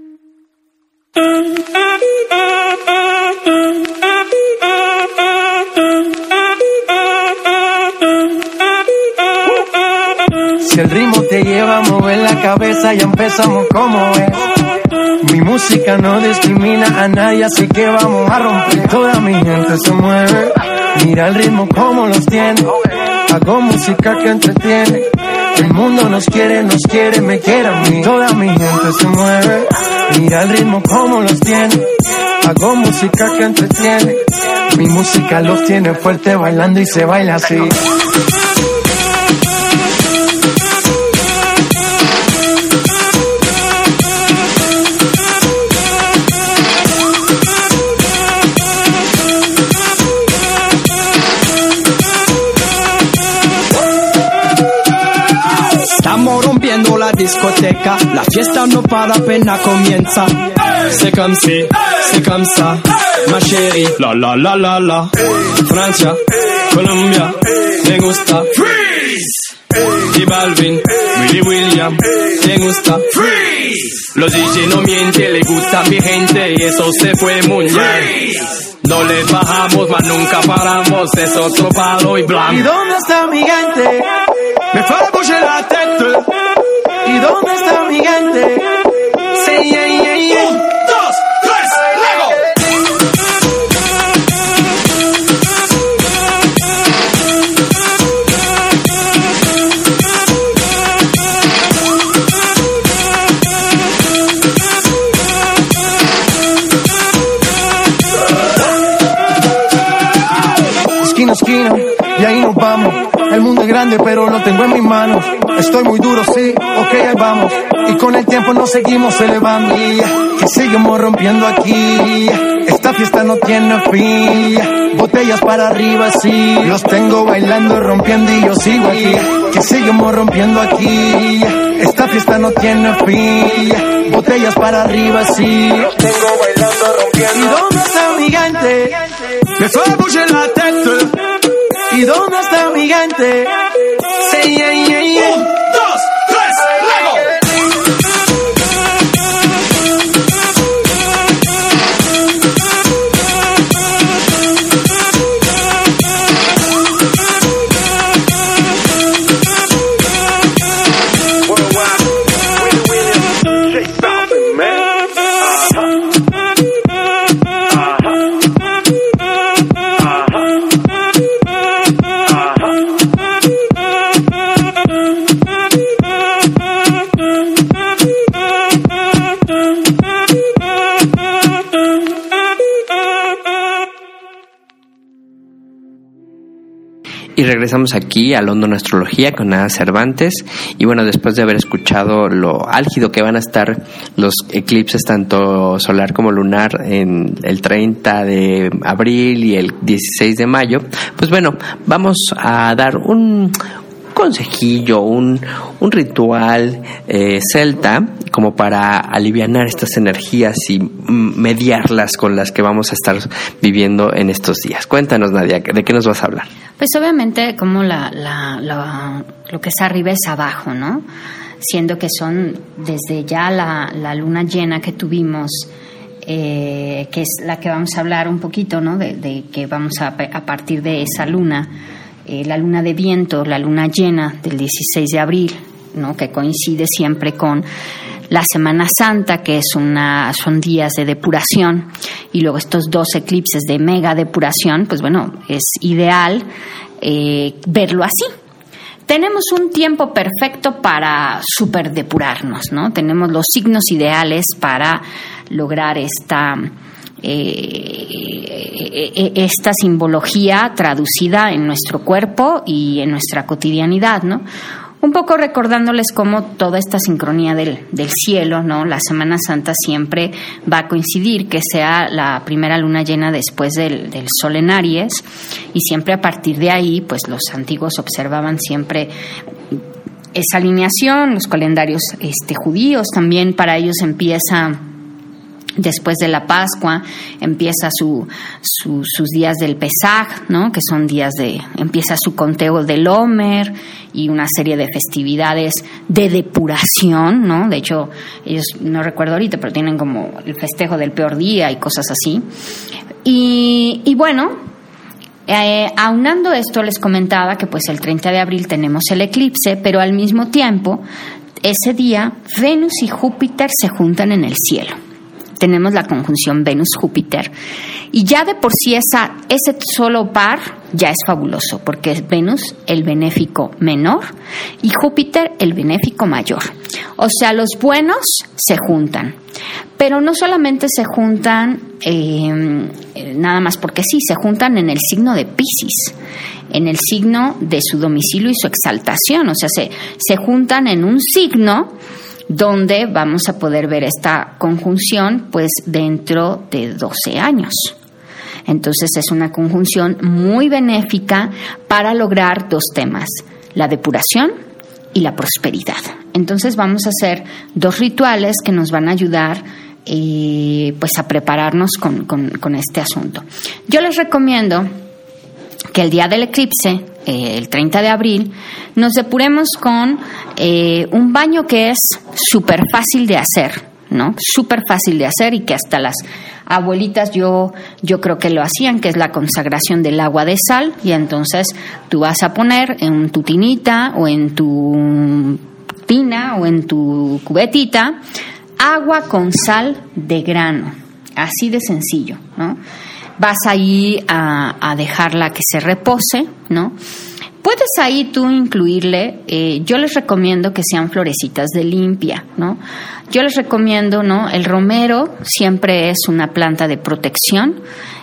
Si el ritmo te lleva a mover la cabeza, ya empezamos como es. Mi música no discrimina a nadie, así que vamos a romper. Toda mi gente se mueve, mira el ritmo como los tiene. Hago música que entretiene. El mundo nos quiere, nos quiere, me quiere a mí. Toda mi gente se mueve, mira el ritmo como los tiene. Hago música que entretiene. Mi música los tiene fuerte bailando y se baila así. Estamos rompiendo la discoteca, la fiesta no para, apenas comienza. C'est comme si, c'est comme ça, ma chérie. La la la la la. Francia, Colombia, me gusta. Freeze. Y Balvin, Willy William, me gusta. Freeze. Los D J no mienten, le gusta a mi gente y eso se fue muy bien. No le bajamos, mas nunca paramos, es otro palo y blanco. ¿Y dónde está mi gente? Me fue a bouger la tête. ¿Y dónde está mi gente? Sí, yeah, yeah, yeah. Un, dos, tres, Esquina, esquina, y ahí nos vamos. El mundo es grande, pero lo tengo en mis manos. Estoy muy duro, sí, ok, ahí vamos. Y con el tiempo nos seguimos elevando. Que seguimos rompiendo aquí. Esta fiesta no tiene fin. Botellas para arriba, sí. Los tengo bailando, rompiendo y yo sigo aquí. Que seguimos rompiendo aquí. Esta fiesta no tiene fin. Botellas para arriba, sí. Los tengo bailando, rompiendo. ¿Y dónde está mi gente? Me fue a bouger la tête. ¿Y dónde está mi gente? Sí, yeah, yeah, yeah. Un, dos, tres, luego. regresamos aquí a London Astrología con Ada Cervantes. Y bueno, después de haber escuchado lo álgido que van a estar los eclipses tanto solar como lunar en el treinta de abril y el dieciséis de mayo, pues bueno, vamos a dar un consejillo, un, un ritual eh, celta como para alivianar estas energías y mediarlas con las que vamos a estar viviendo en estos días. Cuéntanos, Nadia, ¿de qué nos vas a hablar? Pues obviamente como la, la, la, lo que es arriba es abajo, ¿no? Siendo que son desde ya la, la luna llena que tuvimos, eh, que es la que vamos a hablar un poquito, ¿no? De, de que vamos a, a partir de esa luna, eh, la luna de viento, la luna llena del dieciséis de abril, ¿no? Que coincide siempre con la Semana Santa, que es una, son días de depuración, y luego estos dos eclipses de mega depuración, pues bueno, es ideal eh, verlo así. Tenemos un tiempo perfecto para super depurarnos, ¿no? Tenemos los signos ideales para lograr esta eh, esta simbología traducida en nuestro cuerpo y en nuestra cotidianidad, ¿no? Un poco recordándoles cómo toda esta sincronía del, del cielo, ¿no? La Semana Santa siempre va a coincidir, que sea la primera luna llena después del, del sol en Aries, y siempre a partir de ahí, pues los antiguos observaban siempre esa alineación. Los calendarios este, judíos también, para ellos empieza después de la Pascua, empieza su, su, sus días del Pesaj, ¿no? Que son días de, empieza su conteo del Omer y una serie de festividades de depuración, ¿no? De hecho, ellos, no recuerdo ahorita, pero tienen como el festejo del peor día y cosas así. Y, y bueno, eh, aunando esto, les comentaba que pues el treinta de abril tenemos el eclipse, pero al mismo tiempo, ese día, Venus y Júpiter se juntan en el cielo. Tenemos la conjunción Venus-Júpiter, y ya de por sí esa, ese solo par ya es fabuloso, porque es Venus el benéfico menor y Júpiter el benéfico mayor. O sea, los buenos se juntan, pero no solamente se juntan eh, nada más porque sí, se juntan en el signo de Piscis, en el signo de su domicilio y su exaltación. O sea, se, se juntan en un signo donde vamos a poder ver esta conjunción pues dentro de doce años. Entonces es una conjunción muy benéfica para lograr dos temas: la depuración y la prosperidad. Entonces vamos a hacer dos rituales que nos van a ayudar eh, pues a prepararnos con, con, con este asunto. Yo les recomiendo que el día del eclipse, eh, el treinta de abril, nos depuremos con eh, un baño que es súper fácil de hacer, ¿no? Súper fácil de hacer, y que hasta las abuelitas yo, yo creo que lo hacían, que es la consagración del agua de sal. Y entonces tú vas a poner en tu tinita o en tu tina o en tu cubetita agua con sal de grano, así de sencillo, ¿no? Vas ahí a, a dejarla que se repose, ¿no? Puedes ahí tú incluirle, eh, yo les recomiendo que sean florecitas de limpia, ¿no? Yo les recomiendo, ¿no? El romero siempre es una planta de protección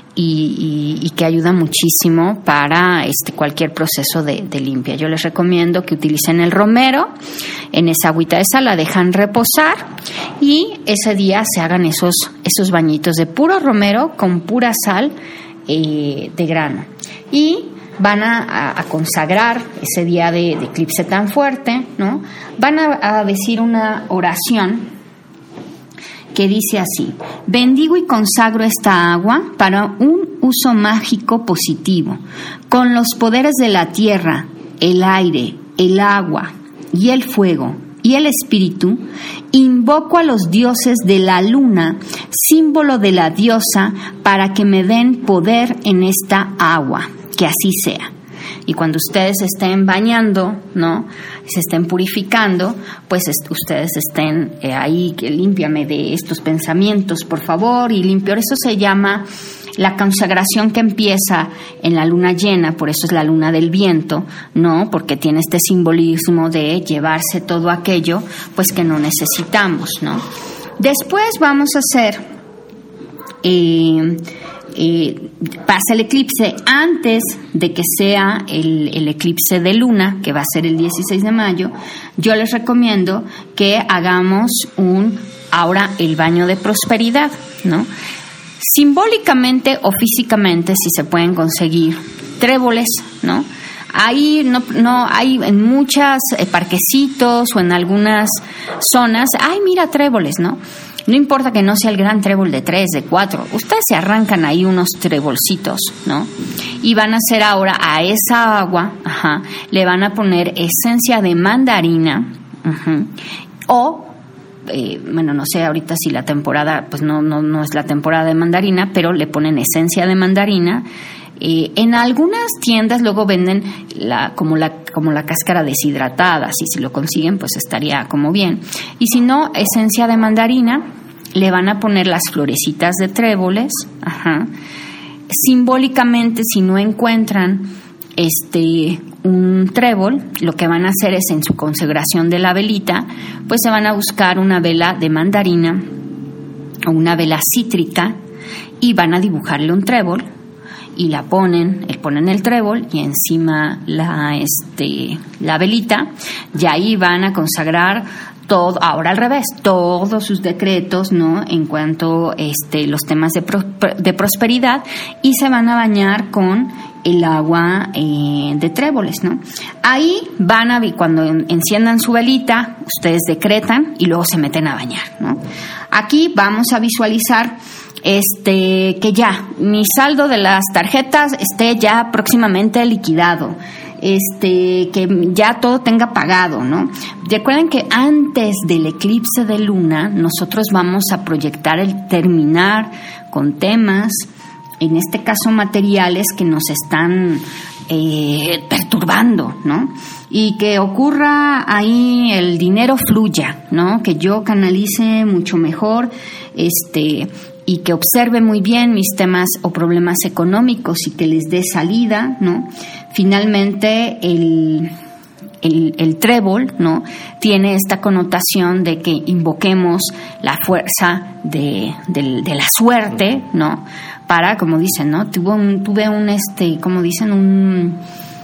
y, y, y que ayuda muchísimo para este cualquier proceso de, de limpia. Yo les recomiendo que utilicen el romero en esa agüita de sal, la dejan reposar y ese día se hagan esos, esos bañitos de puro romero con pura sal eh, de grano. Y van a, a consagrar ese día de, de eclipse tan fuerte, ¿no? Van a, a decir una oración que dice así: bendigo y consagro esta agua para un uso mágico positivo, con los poderes de la tierra, el aire, el agua y el fuego y el espíritu. Invoco a los dioses de la luna, símbolo de la diosa, para que me den poder en esta agua. Que así sea. Y cuando ustedes estén bañando, ¿no? Se estén purificando, pues est- ustedes estén eh, ahí, que límpiame de estos pensamientos, por favor, y limpio. Eso se llama la consagración que empieza en la luna llena, por eso es la luna del viento, ¿no? Porque tiene este simbolismo de llevarse todo aquello, pues que no necesitamos, ¿no? Después vamos a hacer... Eh, eh, pasa el eclipse antes de que sea el, el eclipse de luna, que va a ser el dieciséis de mayo, yo les recomiendo que hagamos un ahora el baño de prosperidad, ¿no? Simbólicamente o físicamente, si se pueden conseguir tréboles, ¿no? Ahí no, no hay en muchos eh, parquecitos o en algunas zonas, ay, mira, tréboles, ¿no? No importa que no sea el gran trébol de tres, de cuatro, ustedes se arrancan ahí unos trebolcitos, ¿no? Y van a hacer ahora a esa agua, ajá, le van a poner esencia de mandarina, uh-huh, o Eh, bueno, no sé ahorita si la temporada, pues no, no, no es la temporada de mandarina, pero le ponen esencia de mandarina. Eh, en algunas tiendas luego venden la, como la, como la cáscara deshidratada, así si lo consiguen pues estaría como bien. Y si no, esencia de mandarina, le van a poner las florecitas de tréboles, ajá. Simbólicamente, si no encuentran este un trébol, lo que van a hacer es en su consagración de la velita, pues se van a buscar una vela de mandarina o una vela cítrica y van a dibujarle un trébol y la ponen, el ponen el trébol y encima la este la velita, y ahí van a consagrar todo, ahora al revés, todos sus decretos, ¿no? En cuanto este los temas de, pro, de prosperidad, y se van a bañar con el agua eh, de tréboles, ¿no? Ahí van a, cuando enciendan su velita, ustedes decretan y luego se meten a bañar, ¿no? Aquí vamos a visualizar este que ya mi saldo de las tarjetas esté ya próximamente liquidado, este que ya todo tenga pagado, ¿no? Recuerden que antes del eclipse de luna nosotros vamos a proyectar el terminar con temas, en este caso materiales, que nos están eh, perturbando, ¿no? Y que ocurra ahí, el dinero fluya, ¿no? Que yo canalice mucho mejor, este, y que observe muy bien mis temas o problemas económicos y que les dé salida, ¿no? Finalmente, el... El, el trébol, ¿no? Tiene esta connotación de que invoquemos la fuerza de, de, de la suerte, ¿no? Para, como dicen, ¿no? Tuve un, tuve un este, como dicen, un,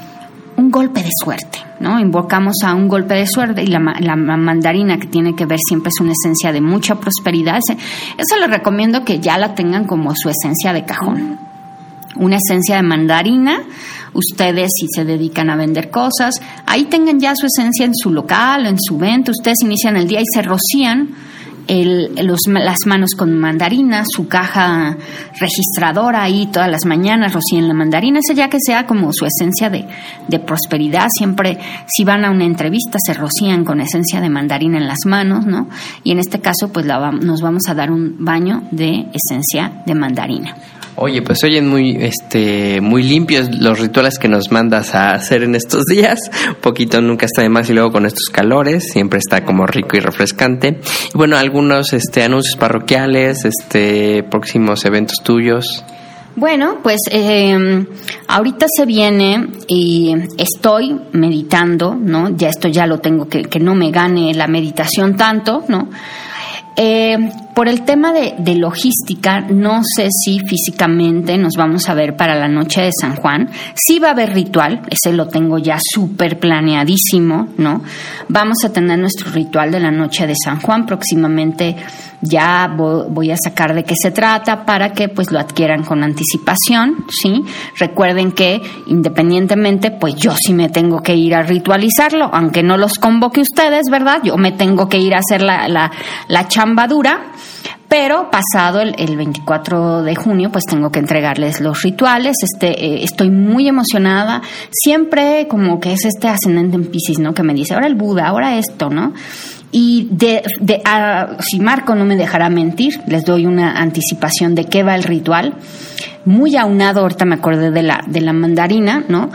un golpe de suerte, ¿no? Invocamos a un golpe de suerte, y la, la mandarina, que tiene que ver siempre, es una esencia de mucha prosperidad. Eso les recomiendo que ya la tengan como su esencia de cajón. Una esencia de mandarina. Ustedes, si se dedican a vender cosas, ahí tengan ya su esencia en su local, en su venta. Ustedes inician el día y se rocían el, los, las manos con mandarina, su caja registradora ahí todas las mañanas rocían la mandarina. Esa ya que sea como su esencia de, de prosperidad. Siempre, si van a una entrevista, se rocían con esencia de mandarina en las manos, ¿no? Y en este caso, pues la, nos vamos a dar un baño de esencia de mandarina. Oye, pues oyen muy, este, muy limpios los rituales que nos mandas a hacer en estos días. Un poquito nunca está de más, y luego con estos calores siempre está como rico y refrescante. Y bueno, algunos, este, anuncios parroquiales, este, próximos eventos tuyos. Bueno, pues eh, ahorita se viene y estoy meditando, ¿no? Ya esto ya lo tengo, que, que no me gane la meditación tanto, ¿no? Eh, por el tema de, de logística, no sé si físicamente nos vamos a ver para la noche de San Juan. Sí va a haber ritual, ese lo tengo ya súper planeadísimo, ¿no? Vamos a tener nuestro ritual de la noche de San Juan. Próximamente ya voy a sacar de qué se trata para que pues lo adquieran con anticipación, ¿sí? Recuerden que independientemente, pues yo sí me tengo que ir a ritualizarlo, aunque no los convoque ustedes, ¿verdad? Yo me tengo que ir a hacer la, la, la chamba dura. Pero pasado el, el veinticuatro de junio, pues tengo que entregarles los rituales. Este, eh, estoy muy emocionada. Siempre como que es este ascendente en Piscis, ¿no? Que me dice, ahora el Buda, ahora esto, ¿no? Y de, de a, si Marco no me dejará mentir, les doy una anticipación de qué va el ritual. Muy aunado, ahorita me acordé de la, de la mandarina, ¿no?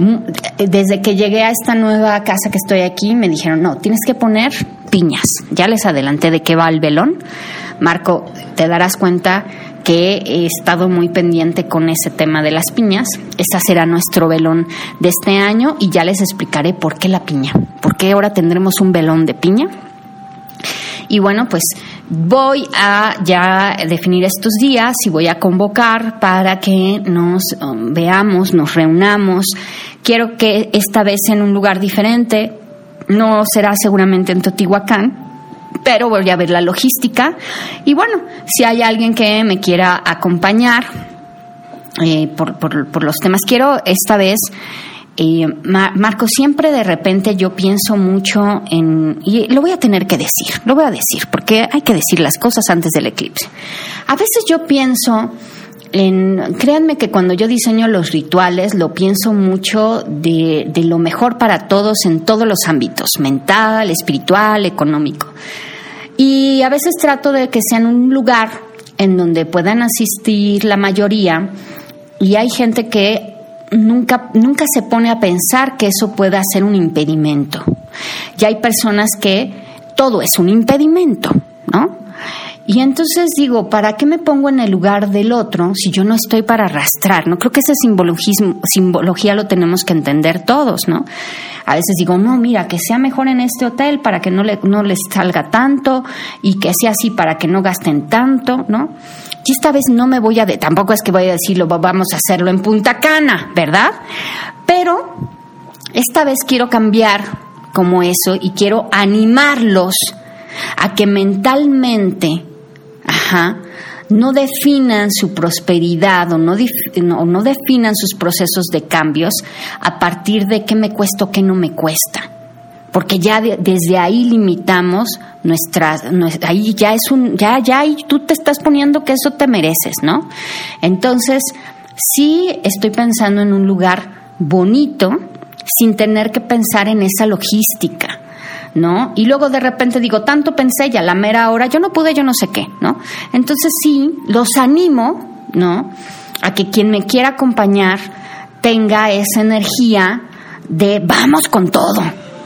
Desde que llegué a esta nueva casa que estoy aquí, me dijeron, no, tienes que poner piñas. Ya les adelanté de qué va el velón. Marco, te darás cuenta que he estado muy pendiente con ese tema de las piñas. Ese será nuestro velón de este año y ya les explicaré por qué la piña, por qué ahora tendremos un velón de piña. Y bueno, pues Voy a ya definir estos días y voy a convocar para que nos um, veamos, nos reunamos. Quiero que esta vez en un lugar diferente, no será seguramente en Teotihuacán, pero voy a ver la logística. Y bueno, si hay alguien que me quiera acompañar eh, por, por, por los temas, quiero esta vez... Eh, Marco, siempre de repente yo pienso mucho en, y lo voy a tener que decir, lo voy a decir, porque hay que decir las cosas antes del eclipse. A veces yo pienso en, créanme que cuando yo diseño los rituales, lo pienso mucho de, de lo mejor para todos en todos los ámbitos, mental, espiritual, económico. Y a veces trato de que sea en un lugar en donde puedan asistir la mayoría, y hay gente que Nunca, nunca se pone a pensar que eso pueda ser un impedimento. Y hay personas que todo es un impedimento, ¿no? Y entonces digo, ¿para qué me pongo en el lugar del otro si yo no estoy para arrastrar? No creo que ese simbologismo, simbología lo tenemos que entender todos, ¿no? A veces digo, no, mira, que sea mejor en este hotel para que no, le, no les salga tanto, y que sea así para que no gasten tanto, ¿no? Y esta vez no me voy a... De, tampoco es que voy a decirlo, vamos a hacerlo en Punta Cana, ¿verdad? Pero esta vez quiero cambiar como eso y quiero animarlos a que mentalmente, ajá, no definan su prosperidad o no, no, no definan sus procesos de cambios a partir de qué me cuesta o qué no me cuesta. Porque ya de, desde ahí limitamos nuestras, nuestra, ahí ya es un, ya, ya ahí tú te estás poniendo que eso te mereces, ¿no? Entonces, sí estoy pensando en un lugar bonito sin tener que pensar en esa logística, ¿no? Y luego de repente digo, tanto pensé, ya a la mera hora, yo no pude, yo no sé qué, ¿no? Entonces sí, los animo, ¿no? A que quien me quiera acompañar tenga esa energía de vamos con todo.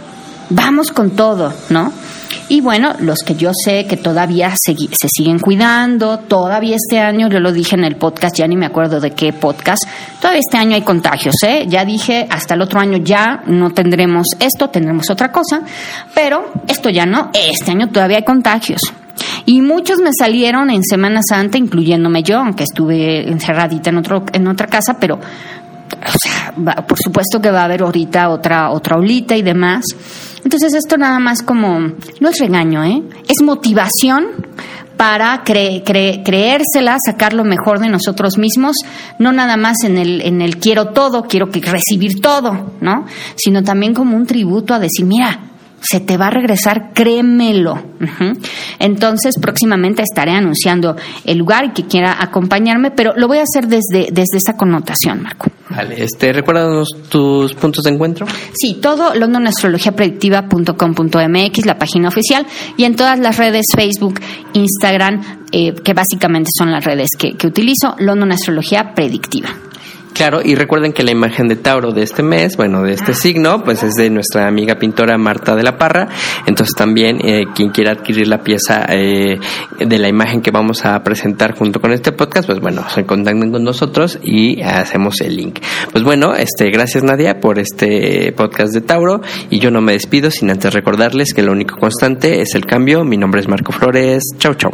Vamos con todo, ¿no? Y bueno, los que yo sé que todavía se, se siguen cuidando, todavía este año, yo lo dije en el podcast, ya ni me acuerdo de qué podcast, todavía este año hay contagios, ¿eh? Ya dije, hasta el otro año ya no tendremos esto, tendremos otra cosa, pero esto ya no, este año todavía hay contagios. Y muchos me salieron en Semana Santa, incluyéndome yo, aunque estuve encerradita en otro en otra casa, pero... O sea, va, por supuesto que va a haber ahorita otra otra olita y demás. Entonces esto nada más como, no es regaño, ¿eh? Es motivación para cre, cre, creérsela, sacar lo mejor de nosotros mismos, no nada más en el en el quiero todo, quiero que recibir todo, ¿no? Sino también como un tributo a decir, mira, se te va a regresar, créemelo. Uh-huh. Entonces, próximamente estaré anunciando el lugar y que quiera acompañarme, pero lo voy a hacer desde, desde esa connotación, Marco. Vale, este, recuérdanos tus puntos de encuentro. Sí, todo london astrología predictiva punto com punto m x, la página oficial, y en todas las redes, Facebook, Instagram, eh, que básicamente son las redes que, que utilizo, London Astrología Predictiva. Claro, y recuerden que la imagen de Tauro de este mes, bueno, de este signo, pues es de nuestra amiga pintora Marta de la Parra. Entonces también eh, quien quiera adquirir la pieza eh, de la imagen que vamos a presentar junto con este podcast, pues bueno, se contacten con nosotros y hacemos el link. Pues bueno, este, gracias Nadia por este podcast de Tauro, y yo no me despido sin antes recordarles que lo único constante es el cambio. Mi nombre es Marco Flores. Chau, chau.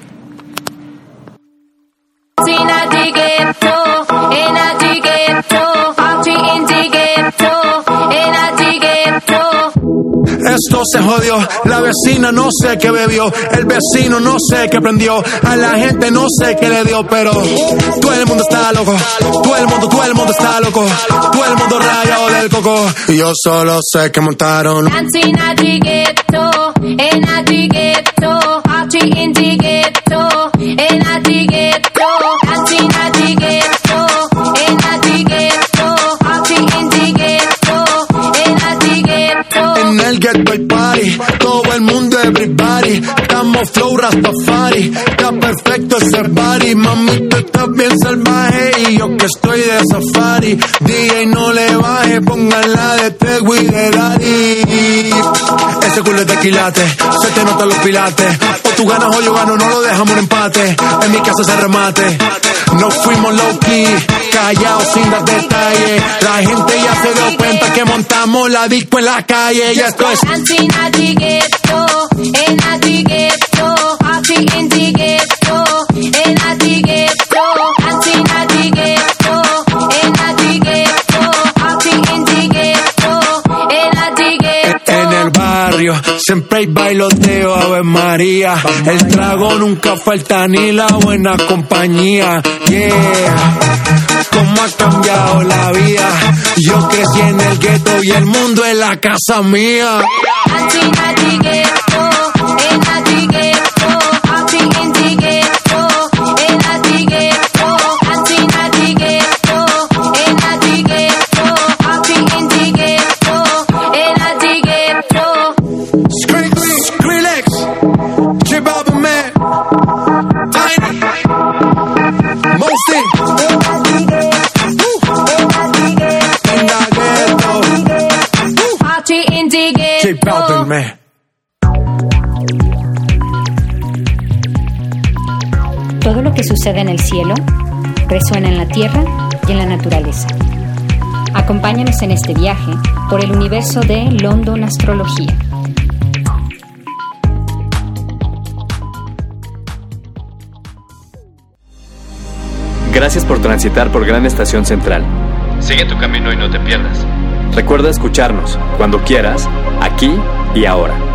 Esto se jodió, la vecina no sé qué bebió, el vecino no sé qué prendió, a la gente no sé qué le dio, pero todo el mundo está loco, todo el mundo, todo el mundo está loco, todo el mundo rayado del coco, y yo solo sé que montaron. En el ghetto hay party, todo el mundo everybody, estamos flow Rastafari, está perfecto ese body, mami tú estás bien salvaje y yo que estoy de safari, D J no le baje, pónganla de Tego y de Daddy, ese culo es de quilate, se te notan los pilates, o tú ganas o yo gano, no lo dejamos en empate, en mi casa se remate, no fuimos low key, callados sin dar detalles, la gente ya se dio cuenta que montamos la disco en la calle, y esto es party in the ghetto, in the ghetto, party in the ghetto, in the ghetto, party in the ghetto, in the ghetto. En el barrio siempre hay bailoteo, Ave María. El trago nunca falta ni la buena compañía. Yeah, cómo ha cambiado la vida. Yo crecí en el gueto y el mundo es la casa mía. Party in the ghetto, in the ghetto, party in the ghetto, in the ghetto, party in the ghetto, in the ghetto, party in the ghetto, in the ghetto. Skrillex, J Balvin, man, Tiny, Mosty, in the ghetto, Party in the J ghetto. Balvin, man. Todo lo que sucede en el cielo resuena en la tierra y en la naturaleza. Acompáñanos en este viaje por el universo de London Astrología. Gracias por transitar por Gran Estación Central. Sigue tu camino y no te pierdas. Recuerda escucharnos cuando quieras, aquí y ahora.